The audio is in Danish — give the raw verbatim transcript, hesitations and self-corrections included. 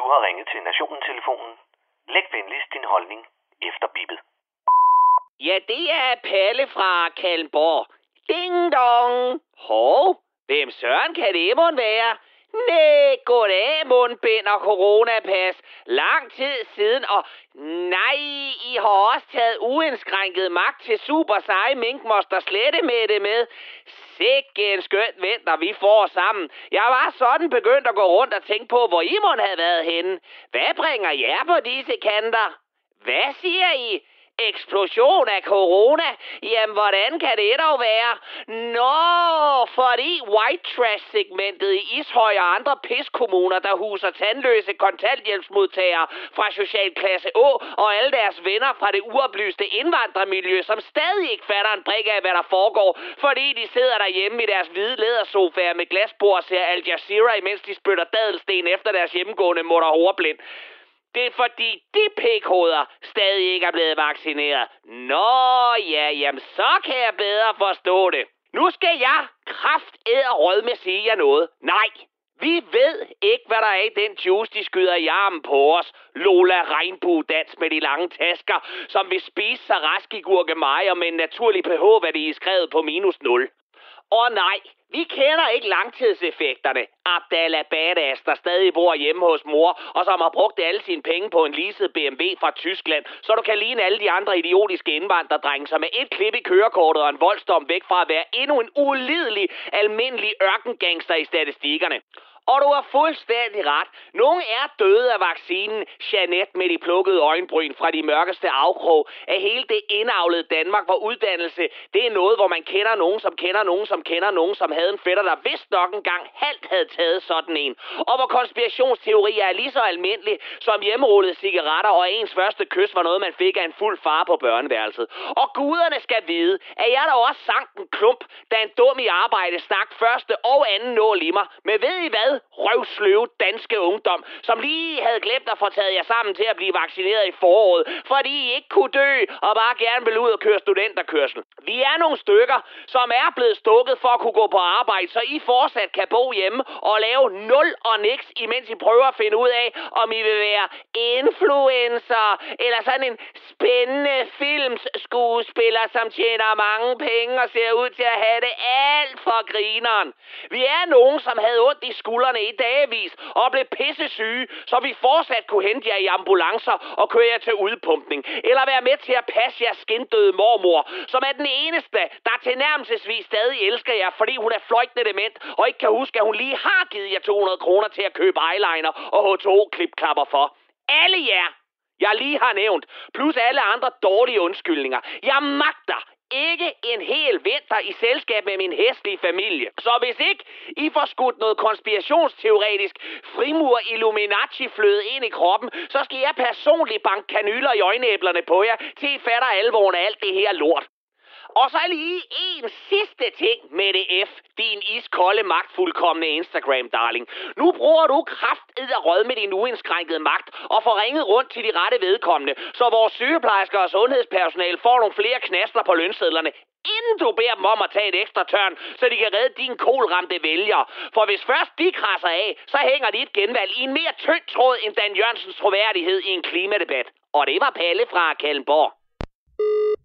har ringet til Nationen-telefonen. Læg venligst din holdning efter bippet. Ja, det er Palle fra Kalmborg. Ding dong. Hov, hvem søren kan det mon være? Næh, goddag, mundbind og coronapas. Lang tid siden, og nej, I har også taget uindskrænket magt til super seje minkmoster slette med det med. Sikke en skønt vinter, vi får sammen. Jeg var sådan begyndt at gå rundt og tænke på, hvor I mon havde været henne. Hvad bringer jer på disse kanter? Hvad siger I? Eksplosion af corona? Jamen, hvordan kan det dog være? Nå, fordi white trash-segmentet i Ishøj og andre piskommuner, der huser tandløse kontanthjælpsmodtagere fra socialklasse Å og alle deres venner fra det uoplyste indvandrermiljø, som stadig ikke fatter en brik af, hvad der foregår, fordi de sidder derhjemme i deres hvide lædersofaer med glasbord og ser Al Jazeera, imens de spytter dadelsten efter deres hjemmegående mutter horblind. Det er fordi de pikhoveder stadig ikke er blevet vaccineret. Nå ja, jamen så kan jeg bedre forstå det. Nu skal jeg kraftedderrød med sige jer noget. Nej, vi ved ikke, hvad der er i den juice, de skyder i armen på os. Lola regnbuedans med de lange tasker, som vil spise sig rask i gurkemeje og med en naturlig pH-værdi i skrevet på minus nul. Og nej, vi kender ikke langtidseffekterne. Abdallah Badass, der stadig bor hjemme hos mor, og som har brugt alle sine penge på en leaset B M W fra Tyskland, så du kan ligne alle de andre idiotiske indvandrerdrenge, som med et klip i kørekortet og en voldsdom væk fra at være endnu en ulidelig, almindelig ørkengangster i statistikkerne. Og du har fuldstændig ret. Nogle er døde af vaccinen. Jeanette med de plukkede øjenbryn fra de mørkeste afkrog af hele det indavlede Danmark, hvor uddannelse, det er noget, hvor man kender nogen, som kender nogen, som kender nogen, som havde en fætter, der vist nok engang halvt havde taget sådan en. Og hvor konspirationsteorier er lige så almindelige som hjemmerullede cigaretter, og ens første kys var noget, man fik af en fuld far på børneværelset. Og guderne skal vide, at jeg der også sank en klump, da en dum i arbejde stak første og anden nål i mig. Men ved I hvad? Røvsløve danske ungdom, som lige havde glemt at få taget jer sammen til at blive vaccineret i foråret, fordi I ikke kunne dø og bare gerne ville ud og køre studenterkørsel. Vi er nogle stykker, som er blevet stukket for at kunne gå på arbejde, så I fortsat kan bo hjemme og lave nul og niks, imens I prøver at finde ud af, om I vil være influencer eller sådan en spændende filmskuespiller, som tjener mange penge og ser ud til at have det alt for grineren. Vi er nogen, som havde ondt i skuldrene i dagevis og blev pissesyge, så vi fortsat kunne hente jer i ambulancer og køre jer til udpumpning. Eller være med til at passe jeres skindøde mormor, som er den eneste, der tilnærmelsesvis stadig elsker jer, fordi hun er fløjtende dement og ikke kan huske, at hun lige har givet jer to hundrede kroner til at købe eyeliner og H to O-klipklapper for. Alle jer, jeg lige har nævnt, plus alle andre dårlige undskyldninger. Jeg magter ikke en hel vinter i selskab med min hæslige familie. Så hvis ikke I får skudt noget konspirationsteoretisk frimur Illuminati-fløde ind i kroppen, så skal jeg personligt banke kanyler i øjenæblerne på jer, til I fatter alvoren af alt det her lort. Og så lige en sidste ting, Mette F., din iskolde, magtfuldkommende Instagram-darling. Nu bruger du kraftedderrød med din uindskrænkede magt og får ringet rundt til de rette vedkommende, så vores sygeplejersker og sundhedspersonale får nogle flere knaster på lønsedlerne, inden du beder dem om at tage et ekstra tørn, så de kan redde dine kolramte vælgere. For hvis først de krasser af, så hænger de et genvalg i en mere tynd tråd end Dan Jørgensens troværdighed i en klimadebat. Og det var Palle fra Kalmborg.